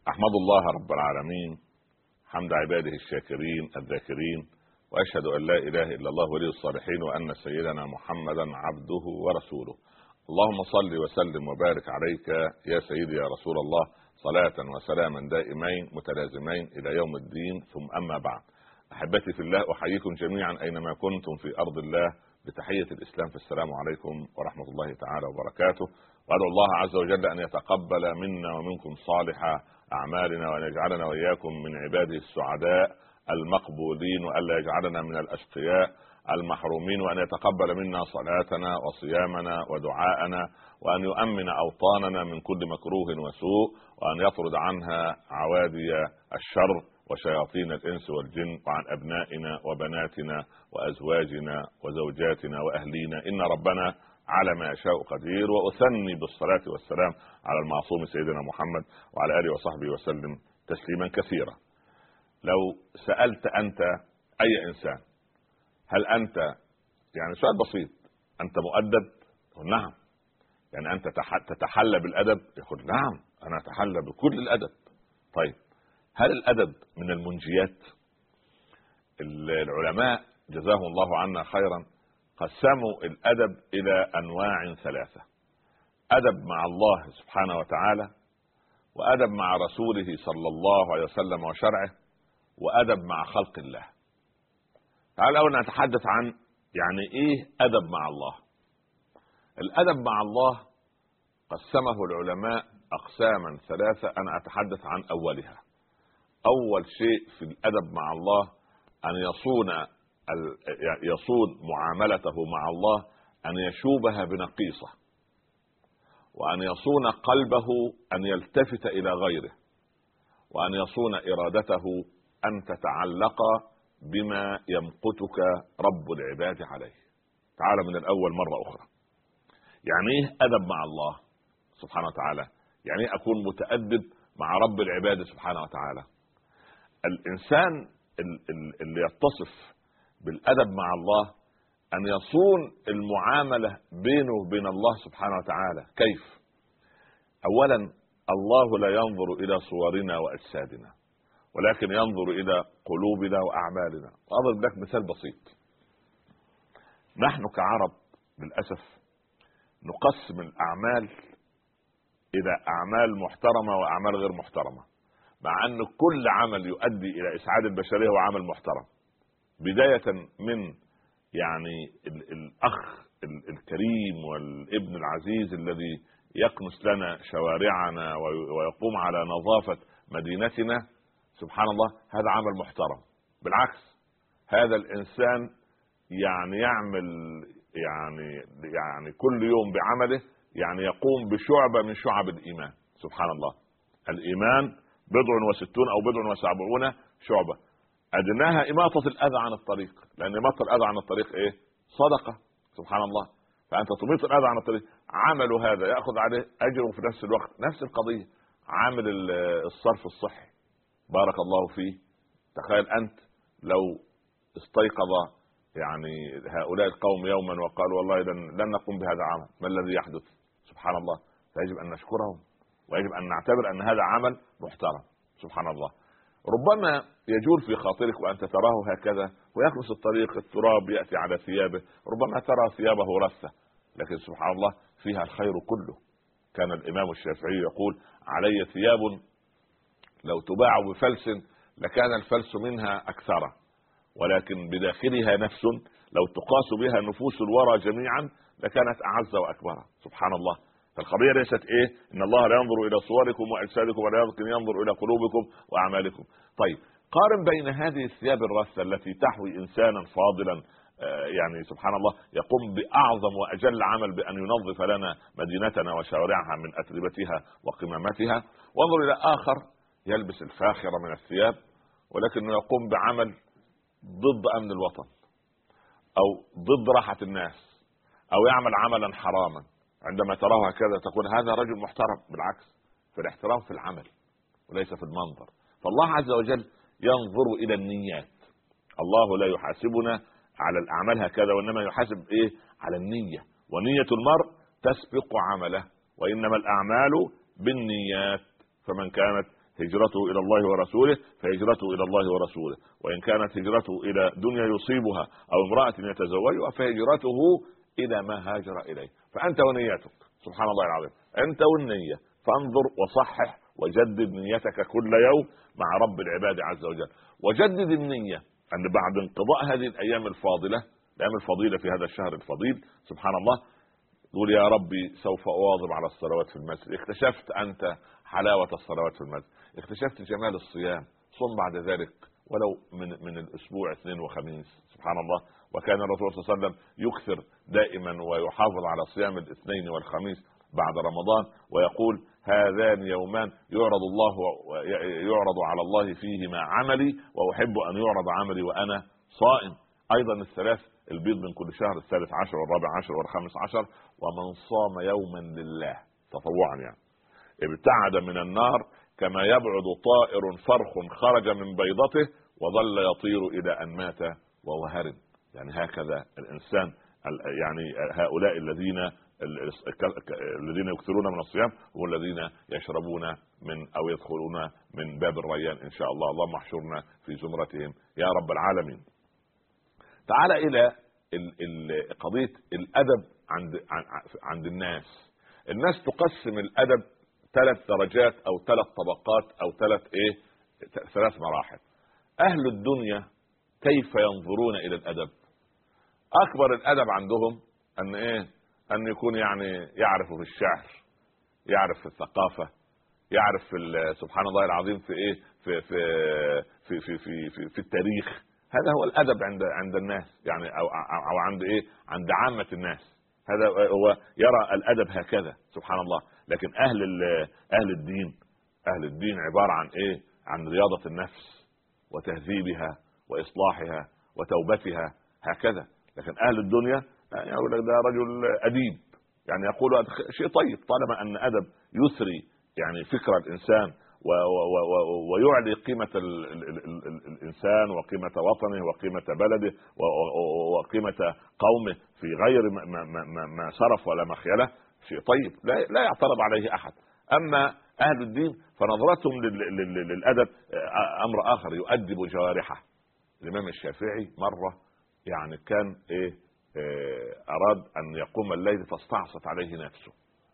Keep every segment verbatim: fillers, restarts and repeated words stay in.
أحمد الله رب العالمين حمد عباده الشاكرين الذاكرين، وأشهد أن لا إله إلا الله ولي الصالحين، وأن سيدنا محمدا عبده ورسوله. اللهم صل وسلم وبارك عليك يا سيدي يا رسول الله، صلاة وسلاما دائمين متلازمين إلى يوم الدين، ثم أما بعد. أحبتي في الله، أحييكم جميعا أينما كنتم في أرض الله بتحية الإسلام، فالسلام عليكم ورحمة الله تعالى وبركاته. وأدعو الله عز وجل أن يتقبل منا ومنكم صالح أعمالنا، وأن يجعلنا وإياكم من عباده السعداء المقبولين، وألا يجعلنا من الأشقياء المحرومين، وأن يتقبل منا صلاتنا وصيامنا ودعاءنا، وأن يؤمن أوطاننا من كل مكروه وسوء، وأن يطرد عنها عوادي الشر وشياطين الإنس والجن، وعن أبنائنا وبناتنا وأزواجنا وزوجاتنا وأهلينا، إن ربنا على ما يشاء قدير. وأثني بالصلاة والسلام على المعصوم سيدنا محمد وعلى آله وصحبه وسلم تسليما كثيرا. لو سألت أنت أي إنسان هل أنت، يعني سؤال بسيط، أنت مؤدب؟ يقول نعم. يعني أنت تتحلى بالأدب؟ يقول نعم أنا أتحلى بكل الأدب. طيب هل الأدب من المنجيات؟ العلماء جزاهم الله عنا خيرا قسموا الأدب إلى أنواع ثلاثة: أدب مع الله سبحانه وتعالى، وأدب مع رسوله صلى الله عليه وسلم وشرعه، وأدب مع خلق الله. تعالوا أولا نتحدث عن يعني إيه أدب مع الله. الأدب مع الله قسمه العلماء أقساما ثلاثة، أنا أتحدث عن أولها. أول شيء في الأدب مع الله أن يصون يصون معاملته مع الله أن يشوبها بنقيصة، وأن يصون قلبه أن يلتفت إلى غيره، وأن يصون إرادته أن تتعلق بما يمقتك رب العباد عليه. تعالى من الأول مرة أخرى. يعني إيه أدب مع الله سبحانه وتعالى؟ يعني إيه أكون متأدب مع رب العباد سبحانه وتعالى؟ الإنسان اللي يتصف بالأدب مع الله أن يصون المعاملة بينه وبين الله سبحانه وتعالى. كيف؟ أولا، الله لا ينظر إلى صورنا وأجسادنا، ولكن ينظر إلى قلوبنا وأعمالنا. وأضرب لك مثال بسيط. نحن كعرب للأسف نقسم الأعمال إلى أعمال محترمة وأعمال غير محترمة، مع أن كل عمل يؤدي إلى إسعاد البشرية هو عمل محترم. بداية من يعني الأخ الكريم والابن العزيز الذي يكنس لنا شوارعنا ويقوم على نظافة مدينتنا، سبحان الله، هذا عمل محترم. بالعكس، هذا الإنسان يعني يعمل يعني يعني كل يوم بعمله، يعني يقوم بشعبة من شعب الإيمان. سبحان الله، الإيمان بضع وستون أو بضع وسبعون شعبة، أدناها إماطة الأذى عن الطريق، لأن إماطة الأذى عن الطريق إيه؟ صدقة. سبحان الله. فأنت تميط الأذى عن الطريق، عمل هذا يأخذ عليه أجر، في نفس الوقت نفس القضية عامل الصرف الصحي، بارك الله فيه. تخيل أنت لو استيقظ يعني هؤلاء القوم يوما وقالوا والله لن نقوم بهذا العمل، ما الذي يحدث؟ سبحان الله. فيجب أن نشكرهم، ويجب أن نعتبر أن هذا عمل محترم. سبحان الله. ربما يجول في خاطرك وأنت تراه هكذا ويكنس الطريق، التراب يأتي على ثيابه، ربما ترى ثيابه رثة، لكن سبحان الله فيها الخير كله. كان الإمام الشافعي يقول: علي ثياب لو تباع بفلس لكان الفلس منها أكثر، ولكن بداخلها نفس لو تقاس بها نفوس الورى جميعا لكانت أعز وأكبر. سبحان الله. فالقضية ليست ايه؟ ان الله لا ينظر الى صوركم واجسادكم، ولكن ينظر الى قلوبكم واعمالكم. طيب قارن بين هذه الثياب الرثة التي تحوي انسانا فاضلا، آه يعني سبحان الله يقوم باعظم واجل عمل بان ينظف لنا مدينتنا وشوارعها من اتربتها وقمامتها، وانظر الى اخر يلبس الفاخرة من الثياب ولكنه يقوم بعمل ضد امن الوطن او ضد راحة الناس، او يعمل عملا حراما. عندما تراه هكذا تقول هذا رجل محترم. بالعكس، في الاحترام في العمل وليس في المنظر. فالله عز وجل ينظر إلى النيات. الله لا يحاسبنا على الأعمال هكذا، وإنما يحاسب إيه؟ على النية. ونية المرء تسبق عمله، وإنما الأعمال بالنيات. فمن كانت هجرته إلى الله ورسوله فهجرته إلى الله ورسوله، وإن كانت هجرته إلى دنيا يصيبها أو امرأة يتزوجها فهجرته إلى ما هاجر إليه. فأنت ونيتك، سبحان الله العظيم، أنت والنية، فانظر وصحح وجدد نيتك كل يوم مع رب العباد عز وجل. وجدد النية أن بعد انقضاء هذه الأيام الفاضلة، الأيام الفضيلة في هذا الشهر الفضيل، سبحان الله، قول يا ربي سوف أواظب على الصلوات في المسجد. اكتشفت أنت حلاوة الصلوات في المسجد، اكتشفت جمال الصيام، صم بعد ذلك ولو من من الأسبوع اثنين وخميس، سبحان الله. وكان الرسول صلى الله عليه وسلم يكثر دائما ويحافظ على صيام الاثنين والخميس بعد رمضان، ويقول هذان يومان يعرض الله يعرض على الله فيهما عملي وأحب أن يعرض عملي وأنا صائم. أيضا الثلاث البيض من كل شهر، الثالث عشر والرابع عشر والخامس عشر. ومن صام يوما لله تطوعا يعني ابتعد من النار كما يبعد طائر فرخ خرج من بيضته وظل يطير إلى أن مات وهو هرب. يعني هكذا الإنسان، يعني هؤلاء الذين الذين يكثرون من الصيام هم الذين يشربون من أو يدخلون من باب الريان إن شاء الله. اللهم احشرنا في زمرتهم يا رب العالمين. تعال إلى قضية الأدب عند عند الناس. الناس تقسم الأدب ثلاث درجات أو ثلاث طبقات أو ثلاث إيه ثلاث مراحل. أهل الدنيا كيف ينظرون إلى الأدب؟ أكبر الأدب عندهم أن إيه أن يكون يعني يعرف في الشعر، يعرف في الثقافة، يعرف في سبحان الله العظيم في إيه في في في في في, في, في التاريخ. هذا هو الأدب عند عند الناس يعني أو أو عند إيه عند عامة الناس. هذا هو يرى الأدب هكذا سبحان الله. لكن أهل أهل الدين أهل الدين عبارة عن إيه عن رياضة النفس وتهذيبها وإصلاحها وتوبتها هكذا. لكن أهل الدنيا يقول لك ده رجل أديب، يعني يقول شيء طيب طالما أن أدب يثري يعني فكر الإنسان ويعلي قيمة ال ال ال ال الإنسان وقيمة وطنه وقيمة بلده وقيمة قومه في غير ما, ما, ما, ما صرف ولا مخيلة، شيء طيب لا, لا يعترض عليه أحد. أما أهل الدين فنظرتهم للأدب أمر آخر، يؤدب جوارحه. الإمام الشافعي مرة يعني كان إيه أراد أن يقوم الليل فاستعصت عليه نفسه،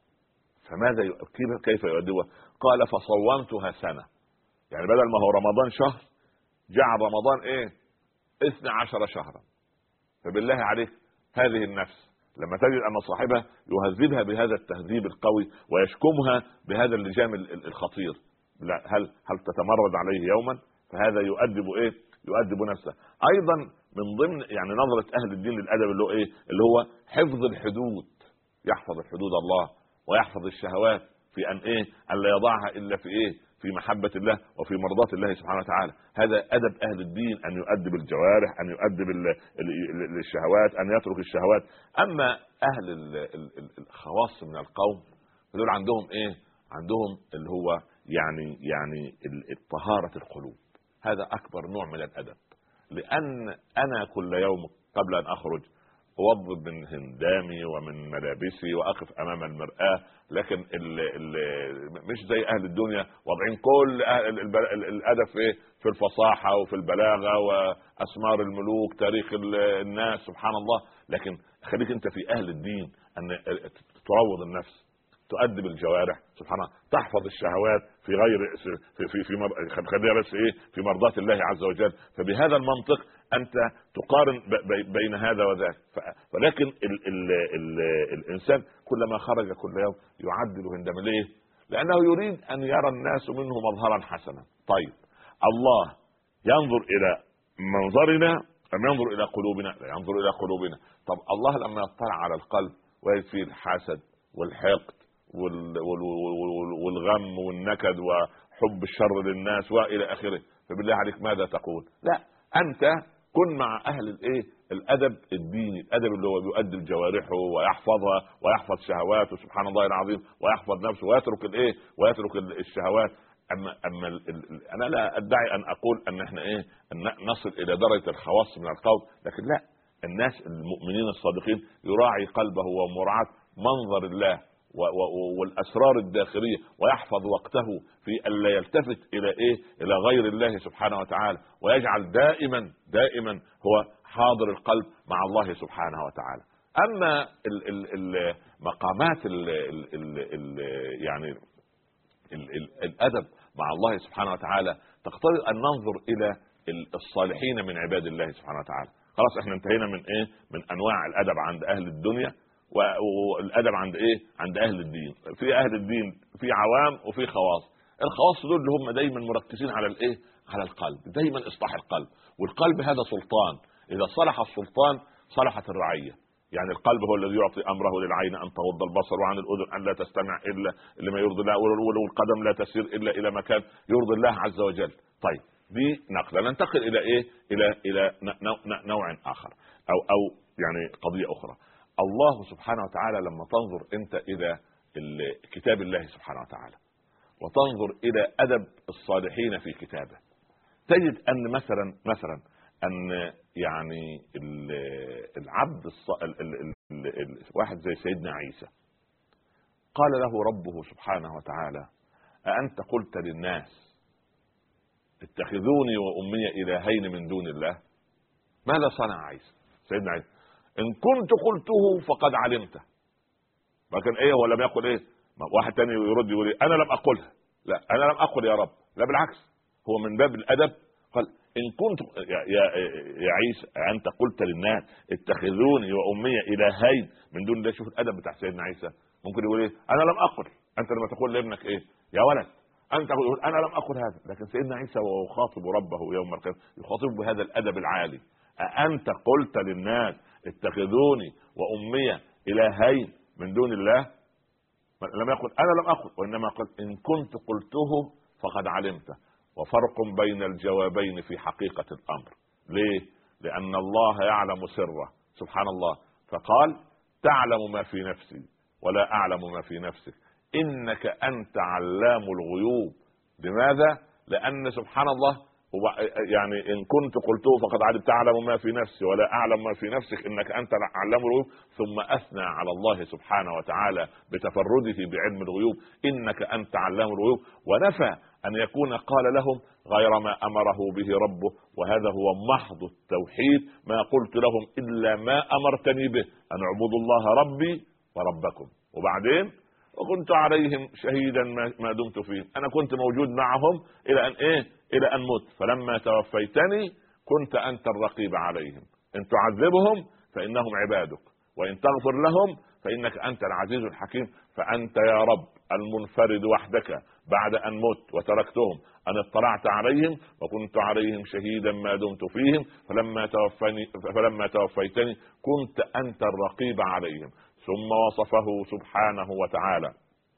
فماذا كيف يؤدبه؟ قال فصومتها سنة، يعني بدل ما هو رمضان شهر جعل رمضان ايه اثنى عشر شهرا. فبالله عليك هذه النفس لما تجد ان صاحبها يهذبها بهذا التهذيب القوي ويشكمها بهذا اللجام الخطير، لا هل هل تتمرد عليه يوما؟ فهذا يؤدب ايه يؤدب نفسه. ايضا من ضمن يعني نظرة اهل الدين للادب اللي هو ايه اللي هو حفظ الحدود، يحفظ الحدود الله ويحفظ الشهوات في ان ايه ان لا يضعها الا في ايه في محبة الله وفي مرضاة الله سبحانه وتعالى. هذا ادب اهل الدين، ان يؤدب الجوارح، ان يؤدب الشهوات، ان يترك الشهوات. اما اهل الخواص من القوم دول عندهم ايه عندهم اللي هو يعني يعني طهارة القلوب. هذا اكبر نوع من الادب، لان انا كل يوم قبل ان اخرج اوضب من هندامي ومن ملابسي واقف امام المرآة، لكن ال ال مش زي اهل الدنيا وضعين كل الادب في في الفصاحة وفي البلاغة واسمار الملوك تاريخ الناس سبحان الله. لكن خليك انت في اهل الدين ان تروض النفس، تؤدب الجوارح سبحان الله، تحفظ الشهوات في غير في في, في مر... خليها بس ايه في مرضاة الله عز وجل. فبهذا المنطق انت تقارن ب... بين هذا وذاك. ف... ولكن ال... ال... ال... الانسان كلما خرج كل يوم يعدل هندم. ليه؟ لانه يريد ان يرى الناس منه مظهرا حسنا. طيب الله ينظر الى منظرنا ام ينظر الى قلوبنا؟ لا ينظر الى قلوبنا. طب الله لما يطلع على القلب ويجد فيه الحسد والحقد والغم والنكد وحب الشر للناس والى اخره، فبالله عليك ماذا تقول؟ لا، انت كن مع اهل الايه الادب الديني، الادب اللي هو بيؤدب جوارحه ويحفظها ويحفظ شهواته سبحان الله العظيم ويحفظ نفسه ويترك الايه ويترك الشهوات. اما اما ال ال انا لا ادعي ان اقول ان احنا ايه ان نصل الى درجه الخواص من القول، لكن لا، الناس المؤمنين الصادقين يراعي قلبه ومراعاة منظر الله والاسرار الداخليه، ويحفظ وقته في الا يلتفت الى ايه الى غير الله سبحانه وتعالى، ويجعل دائما دائما هو حاضر القلب مع الله سبحانه وتعالى. اما ال ال ال مقامات ال ال ال يعني ال ال الادب مع الله سبحانه وتعالى تقتضي ان ننظر الى الصالحين من عباد الله سبحانه وتعالى. خلاص احنا انتهينا من ايه من انواع الادب عند اهل الدنيا، والادب عند ايه عند اهل الدين. في اهل الدين في عوام وفي خواص. الخواص دول اللي هم دايما مركزين على الايه على القلب، دايما اصلاح القلب، والقلب هذا سلطان، اذا صلح السلطان صلحت الرعيه. يعني القلب هو الذي يعطي امره للعين ان تغض البصر، وعن الاذن ان لا تستمع الا لما يرضي الله، والقدم لا تسير الا الى مكان يرضي الله عز وجل. طيب دي نقله. ننتقل الى ايه الى الى نوع اخر او او يعني قضيه اخرى. الله سبحانه وتعالى لما تنظر انت الى كتاب الله سبحانه وتعالى وتنظر الى ادب الصالحين في كتابه، تجد ان مثلا مثلا ان يعني العبد الواحد زي سيدنا عيسى قال له ربه سبحانه وتعالى: أأنت قلت للناس اتخذوني وأمي إلهين من دون الله؟ ماذا صنع عيسى؟ سيدنا عيسى: إن كنت قلته فقد علمته. لكن ايه هو لم يقل ايه؟ واحد تاني يرد يقول ايه؟ انا لم اقلها. لا، انا لم اقل يا رب. لا بالعكس، هو من باب الادب قال: ان كنت يا, يا, يا عيسى انت قلت للناس اتخذوني وامي الهين من دون الله. شوف الادب بتاع سيدنا عيسى، ممكن يقول ايه؟ انا لم اقل. انت لما تقول لابنك ايه؟ يا ولد انت تقول انا لم اقل هذا. لكن سيدنا عيسى وهو يخاطب ربه يوم القيامه يخاطبه بهذا الادب العالي: أأنت قلت للناس اتخذوني وامي الهين من دون الله؟ لم يقل انا لم اقل، وانما قال ان كنت قلته فقد علمته. وفرق بين الجوابين في حقيقة الامر. ليه؟ لان الله يعلم سره سبحان الله، فقال: تعلم ما في نفسي ولا اعلم ما في نفسك انك انت علام الغيوب. لماذا؟ لان سبحان الله يعني ان كنت قلته فقد علمت، تعلم ما في نفسي ولا اعلم ما في نفسك انك انت علام الغيوب. ثم اثنى على الله سبحانه وتعالى بتفرده بعلم الغيوب: انك انت علام الغيوب. ونفى ان يكون قال لهم غير ما امره به ربه، وهذا هو محض التوحيد: ما قلت لهم الا ما امرتني به ان اعبدوا الله ربي وربكم. وبعدين وكنت عليهم شهيدا ما دمت فيهم، انا كنت موجود معهم الى ان ايه الى ان مت، فلما توفيتني كنت انت الرقيب عليهم. ان تعذبهم فانهم عبادك، وان تغفر لهم فانك انت العزيز الحكيم. فانت يا رب المنفرد وحدك بعد ان مت وتركتهم ان اطلعت عليهم وكنت عليهم شهيدا ما دمت فيهم، فلما توفيني فلما توفيتني كنت انت الرقيب عليهم. ثم وصفه سبحانه وتعالى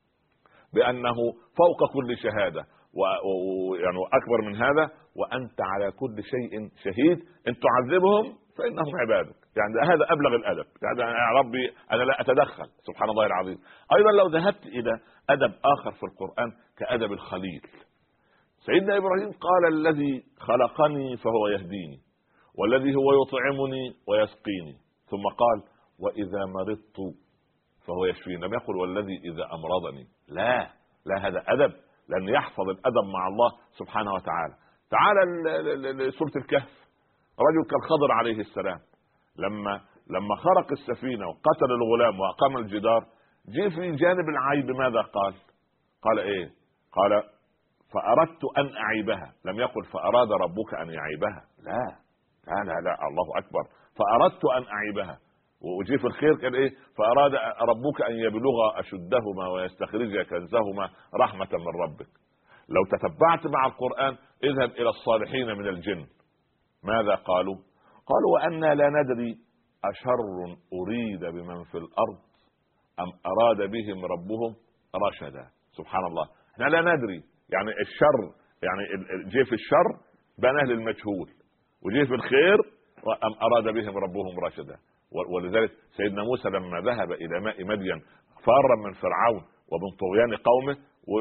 بأنه فوق كل شهادة، ويعني أكبر من هذا: وأنت على كل شيء شهيد، إن تعذبهم فإنهم عبادك. يعني هذا أبلغ الأدب. يعني يا ربي أنا لا أتدخل، سبحان الله العظيم. أيضا لو ذهبت إلى أدب آخر في القرآن كأدب الخليل، سيدنا إبراهيم قال: الذي خلقني فهو يهديني، والذي هو يطعمني ويسقيني. ثم قال: وإذا مرضت فهو يشفين. لم يقل والذي إذا أمرضني. لا لا، هذا أدب، لأن يحفظ الأدب مع الله سبحانه وتعالى. تعالى لسورة الكهف، رجل كالخضر عليه السلام لما لما خرق السفينة وقتل الغلام وأقام الجدار، جي في جانب العيب ماذا قال؟ قال إيه؟ قال: فأردت أن أعيبها. لم يقل فأراد ربك أن يعيبها. لا لا لا, لا. الله أكبر. فأردت أن أعيبها. وجي في الخير كان ايه؟ فاراد ربك ان يبلغ اشدهما ويستخرج كنزهما رحمه من ربك. لو تتبعت مع القران اذهب الى الصالحين من الجن، ماذا قالوا؟ قالوا: وأنا لا ندري اشر اريد بمن في الارض ام اراد بهم ربهم رشدا. سبحان الله، احنا لا ندري. يعني الشر يعني جي في الشر بناه للمجهول، وجي في الخير ام اراد بهم ربهم رشدا. ولذلك سيدنا موسى لما ذهب الى ماء مدين فارا من فرعون ومن طغيان قومه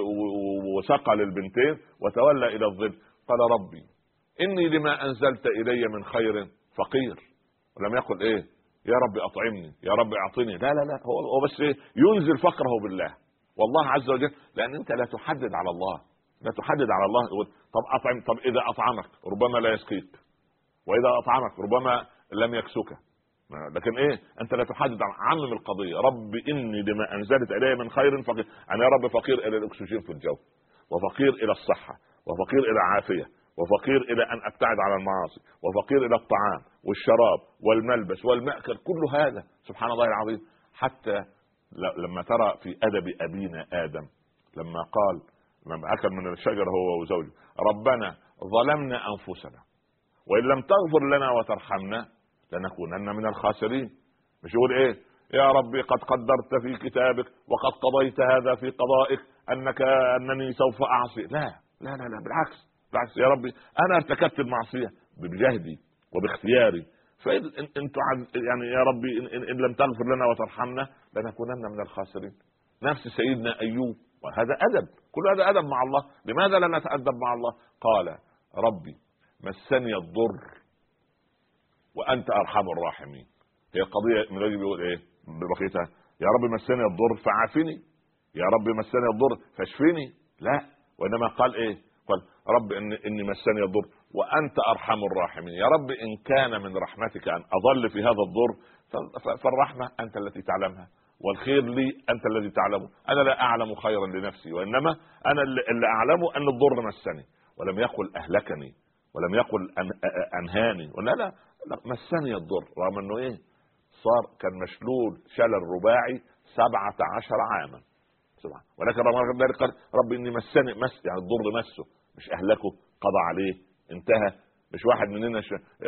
وسقى للبنتين وتولى الى الظل، قال: ربي اني لما انزلت الي من خير فقير. ولم يقل ايه؟ يا رب اطعمني، يا رب اعطني، لا لا لا، هو هو بس ينزل فقره بالله والله عز وجل. لان انت لا تحدد على الله، لا تحدد على الله. يقول طب اطعم، طب اذا اطعمك ربما لا يسقيك، واذا اطعمك ربما لم يكسك. لكن ايه، انت لا تحدد، عمم القضيه. رب اني لما انزلت الي من خير فقير. انا يا رب فقير الى الاكسجين في الجو، وفقير الى الصحه، وفقير الى العافيه، وفقير الى ان ابتعد عن المعاصي، وفقير الى الطعام والشراب والملبس والمأكل، كل هذا سبحان الله العظيم. حتى لما ترى في ادب ابينا ادم لما قال، لما اكل من الشجره هو وزوجه، ربنا ظلمنا انفسنا وان لم تغفر لنا وترحمنا لنكونن من الخاسرين. مش يقول ايه، يا ربي قد قدرت في كتابك وقد قضيت هذا في قضائك انك انني سوف اعصي. لا لا لا, لا بالعكس، بالعكس، يا ربي انا ارتكبت المعصيه بجهدي وباختياري، فان انت يعني يا ربي إن, إن, ان لم تغفر لنا وترحمنا لنكونن من الخاسرين. نفس سيدنا ايوب، وهذا ادب، كل هذا ادب مع الله. لماذا لا نتادب مع الله؟ قال ربي مسني الضر وانت ارحم الراحمين. هي قضيه من الذي بيقول ايه ببقيتها، يا رب مسني الضر فعافني، يا رب مسني الضر فاشفني، لا، وانما قال ايه، قال رب إن اني مسني الضر وانت ارحم الراحمين. يا رب ان كان من رحمتك ان اضل في هذا الضر فالرحمه انت التي تعلمها، والخير لي انت الذي تعلمه. انا لا اعلم خيرا لنفسي، وانما انا اللي اعلمه ان الضر مسني، ولم يقل اهلكني، ولم يقل أن انهاني، ولا لا, لا مسني الضر، رغم انه ايه صار كان مشلول شلل رباعي سبعة عشر عاما سبعة. ولكن رغم ذلك قال رب اني مسني، مس يعني الضر مسه، مش اهلكه، قضى عليه انتهى. مش واحد مننا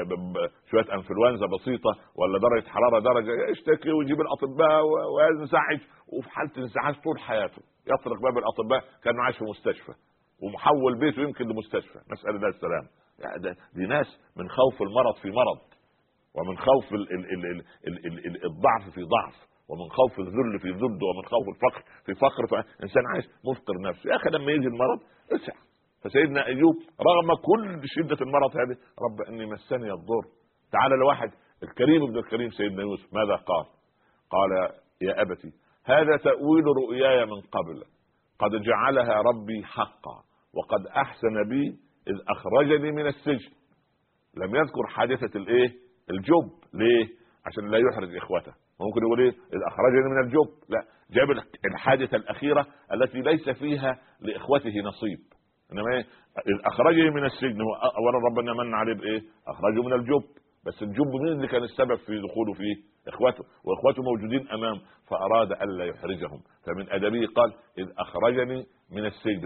شويه انفلونزا بسيطه ولا درجه حراره درجه يشتكي ويجيب الاطباء وينزعج، وفي حاله انزعاج طول حياته يطرق باب الاطباء كانه عايش في مستشفى، ومحول بيته يمكن لمستشفى، نسال الله السلامه. يعني دي ناس من خوف المرض في مرض، ومن خوف ال ال ال ال ال ال ال الضعف في ضعف، ومن خوف الذل في ذل، ومن خوف الفقر في فقر. فانسان عايش مفقر نفسه. يا اخي لما يجي المرض اسع. فسيدنا ايوب رغم كل شده المرض هذه، رب اني مسني الضر. تعال لواحد الكريم ابن الكريم سيدنا يوسف، ماذا قال؟ قال يا ابتي هذا تأويل رؤياي من قبل قد جعلها ربي حقا وقد احسن بي اذ اخرجني من السجن. لم يذكر حادثه الايه الجب، ليه؟ عشان لا يحرج اخوته. ممكن يقول ايه اذ اخرجني من الجب، لا، جاب الحادثه الاخيره التي ليس فيها لاخوته نصيب. انما ايه اذ اخرجني من السجن، هو اولا ربنا من عليه بايه؟ اخرجه من الجب، بس الجب مين اللي كان السبب في دخوله فيه؟ اخوته، واخوته موجودين امام، فاراد الا يحرجهم، فمن ادبه قال اذ اخرجني من السجن،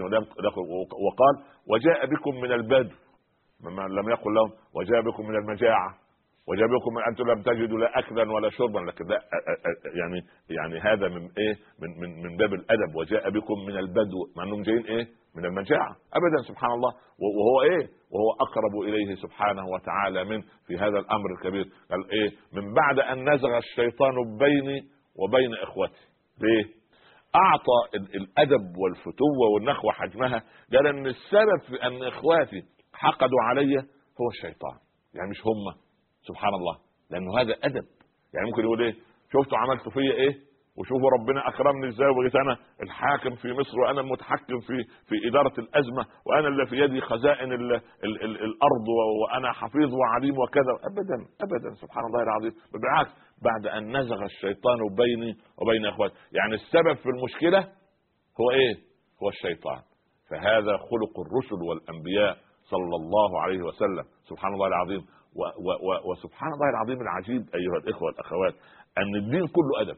وقال وجاء بكم من البدو، لم يقل لهم وجاء بكم من المجاعه، وجاء بكم من انتم لم تجدوا لا اكلا ولا شربا، لكن لا يعني يعني هذا من ايه من من من باب الادب. وجاء بكم من البدو، مع انهم جايين ايه من المجاعه ابدا، سبحان الله. وهو ايه وهو اقرب اليه سبحانه وتعالى من في هذا الامر الكبير. قال ايه من بعد ان نزغ الشيطان بيني وبين اخوتي. ليه؟ اعطى الادب والفتوه والنخوه حجمها. قال ان السبب في ان اخواتي حقدوا علي هو الشيطان، يعني مش هم، سبحان الله، لانه هذا ادب. يعني ممكن يقول ايه شفتوا عملتوا فيا ايه، وشوفوا ربنا اكرمني ازاي، وبقيت انا الحاكم في مصر، وانا المتحكم في في اداره الازمه، وانا اللي في يدي خزائن ال ال ال الارض، وانا حفيظ وعليم وكذا. ابدا ابدا، سبحان الله العظيم. بالعكس، بعد ان نزغ الشيطان بيني وبين اخواتي، يعني السبب في المشكله هو ايه؟ هو الشيطان. فهذا خلق الرسل والانبياء صلى الله عليه وسلم، سبحان الله العظيم. و و و وسبحان الله العظيم العجيب ايها الاخوه والاخوات، ان الدين كله ادب،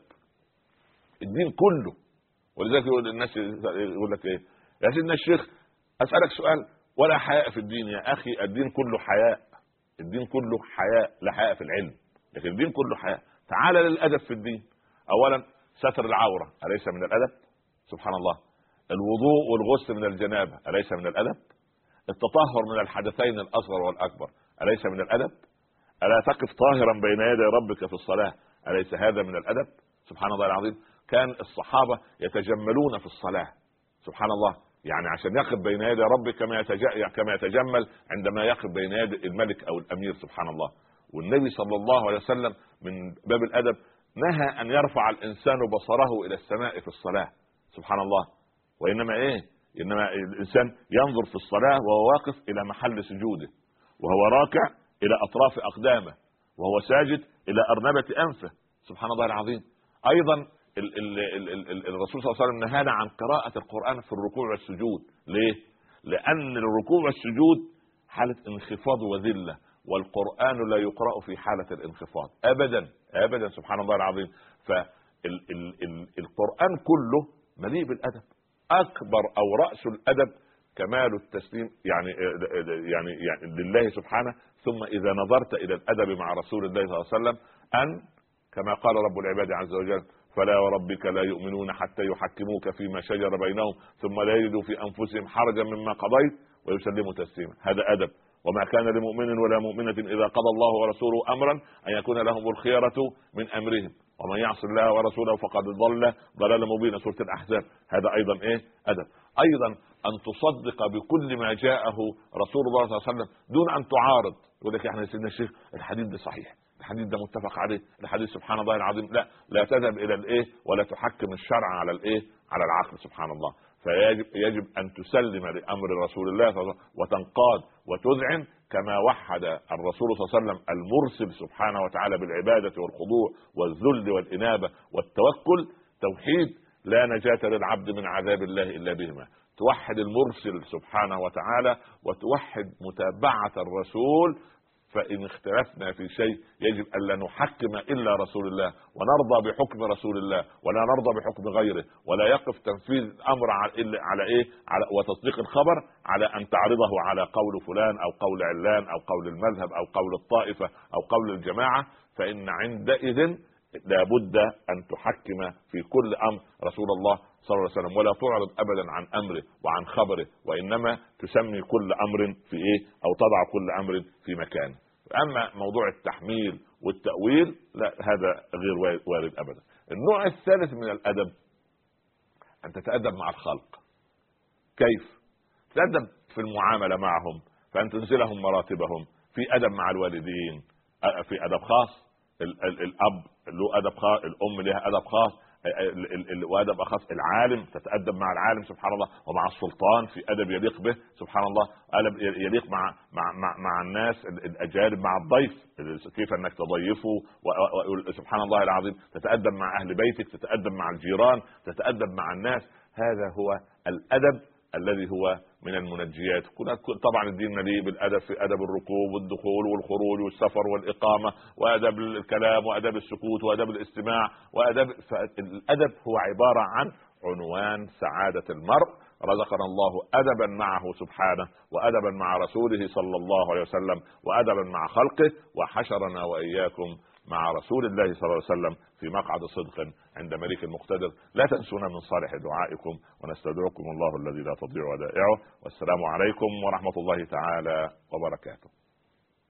الدين كله. ولذلك يقول الناس يقول لك ايه يا سيدنا الشيخ اسالك سؤال، ولا حياء في الدين؟ يا اخي الدين كله حياء، الدين كله حياء، لا حياء في العلم، لكن الدين كله حياء. تعال للادب في الدين. اولا ستر العوره اليس من الادب؟ سبحان الله. الوضوء والغسل من الجنابه اليس من الادب؟ التطهر من الحدثين الاصغر والاكبر اليس من الادب؟ الا تقف طاهرا بين يدي ربك في الصلاه اليس هذا من الادب؟ سبحان الله العظيم. كان الصحابه يتجملون في الصلاه، سبحان الله، يعني عشان يقف بين يدي ربك كما كما يتجمل عندما يقف بين يدي الملك او الامير، سبحان الله. والنبي صلى الله عليه وسلم من باب الادب نهى ان يرفع الانسان بصره الى السماء في الصلاه، سبحان الله. وانما ايه؟ انما الانسان ينظر في الصلاه وهو واقف الى محل سجوده، وهو راكع الى اطراف اقدامه، وهو ساجد الى ارنبه انفه، سبحان الله العظيم. ايضا ال ال ال ال ال الرسول صلى الله عليه وسلم نهانا عن قراءه القران في الركوع والسجود. ليه؟ لان الركوع والسجود حاله انخفاض وذله، والقرآن لا يقرأ في حالة الانخفاض أبدا أبدا، سبحان الله العظيم. فالقرآن كله مليء بالأدب. أكبر أو رأس الأدب كمال التسليم يعني يعني يعني لله سبحانه. ثم إذا نظرت إلى الأدب مع رسول الله صلى الله عليه وسلم أن كما قال رب العباد عز وجل: فلا وربك لا يؤمنون حتى يحكموك فيما شجر بينهم ثم لا يجدوا في أنفسهم حرجا مما قضيت ويسلموا تسليما. هذا أدب. وما كان لمؤمن ولا مؤمنة إذا قضى الله ورسوله أمرا أن يكون لهم الخيرة من أمرهم ومن يعص الله ورسوله فقد ضل ضلالا مبينا، سورة الأحزاب. هذا أيضا إيه؟ أدب. أيضا أن تصدق بكل ما جاءه رسول الله صلى الله عليه وسلم دون أن تعارض. يقول لك احنا سيدنا الشيخ الحديث ده صحيح، الحديث ده متفق عليه، الحديث سبحان الله العظيم. لا لا تذهب إلى الإيه ولا تحكم الشرع على الإيه على العقل، سبحان الله. فيجب يجب أن تسلم لأمر رسول الله صلى الله عليه وسلم وتنقاد وتذعن كما وحد الرسول صلى الله عليه وسلم المرسل سبحانه وتعالى بالعبادة والخضوع والذل والإنابة والتوكل. توحيد لا نجاة للعبد من عذاب الله إلا بهما. توحد المرسل سبحانه وتعالى وتوحد متابعة الرسول. فإن اختلفنا في شيء يجب أن لا نحكم إلا رسول الله ونرضى بحكم رسول الله ولا نرضى بحكم غيره، ولا يقف تنفيذ الأمر على, على إيه على وتصديق الخبر على أن تعرضه على قول فلان أو قول علان أو قول المذهب أو قول الطائفة أو قول الجماعة. فإن عندئذ لابد أن تحكم في كل أمر رسول الله صلى الله عليه وسلم ولا تعرض أبدا عن أمره وعن خبره، وإنما تسمي كل أمر في إيه أو تضع كل أمر في مكانه. أما موضوع التحميل والتأويل لا، هذا غير وارد أبدا. النوع الثالث من الأدب أن تتأدب مع الخلق. كيف؟ تتأدب في المعاملة معهم، فأن تنزلهم مراتبهم. في أدب مع الوالدين، في أدب خاص. الأب له أدب خاص، الأم لها أدب خاص، وأدب أخص. العالم تتأدب مع العالم سبحان الله، ومع السلطان في أدب يليق به سبحان الله، أدب يليق مع مع مع, مع الناس الأجانب، مع الضيف كيف أنك تضيفه سبحان الله العظيم. تتأدب مع أهل بيتك، تتأدب مع الجيران، تتأدب مع الناس. هذا هو الأدب الذي هو من المنجيات. طبعا الدين مليء بالادب، في ادب الركوب والدخول والخروج والسفر والاقامه، وادب الكلام وادب السكوت وادب الاستماع وادب. فالادب هو عباره عن عنوان سعاده المرء. رزقنا الله ادبا معه سبحانه، وادبا مع رسوله صلى الله عليه وسلم، وادبا مع خلقه، وحشرنا واياكم مع رسول الله صلى الله عليه وسلم في مقعد صدق عند مليك المقتدر. لا تنسونا من صالح دعائكم، ونستودعكم الله الذي لا تضيع ودائعه. والسلام عليكم ورحمة الله تعالى وبركاته.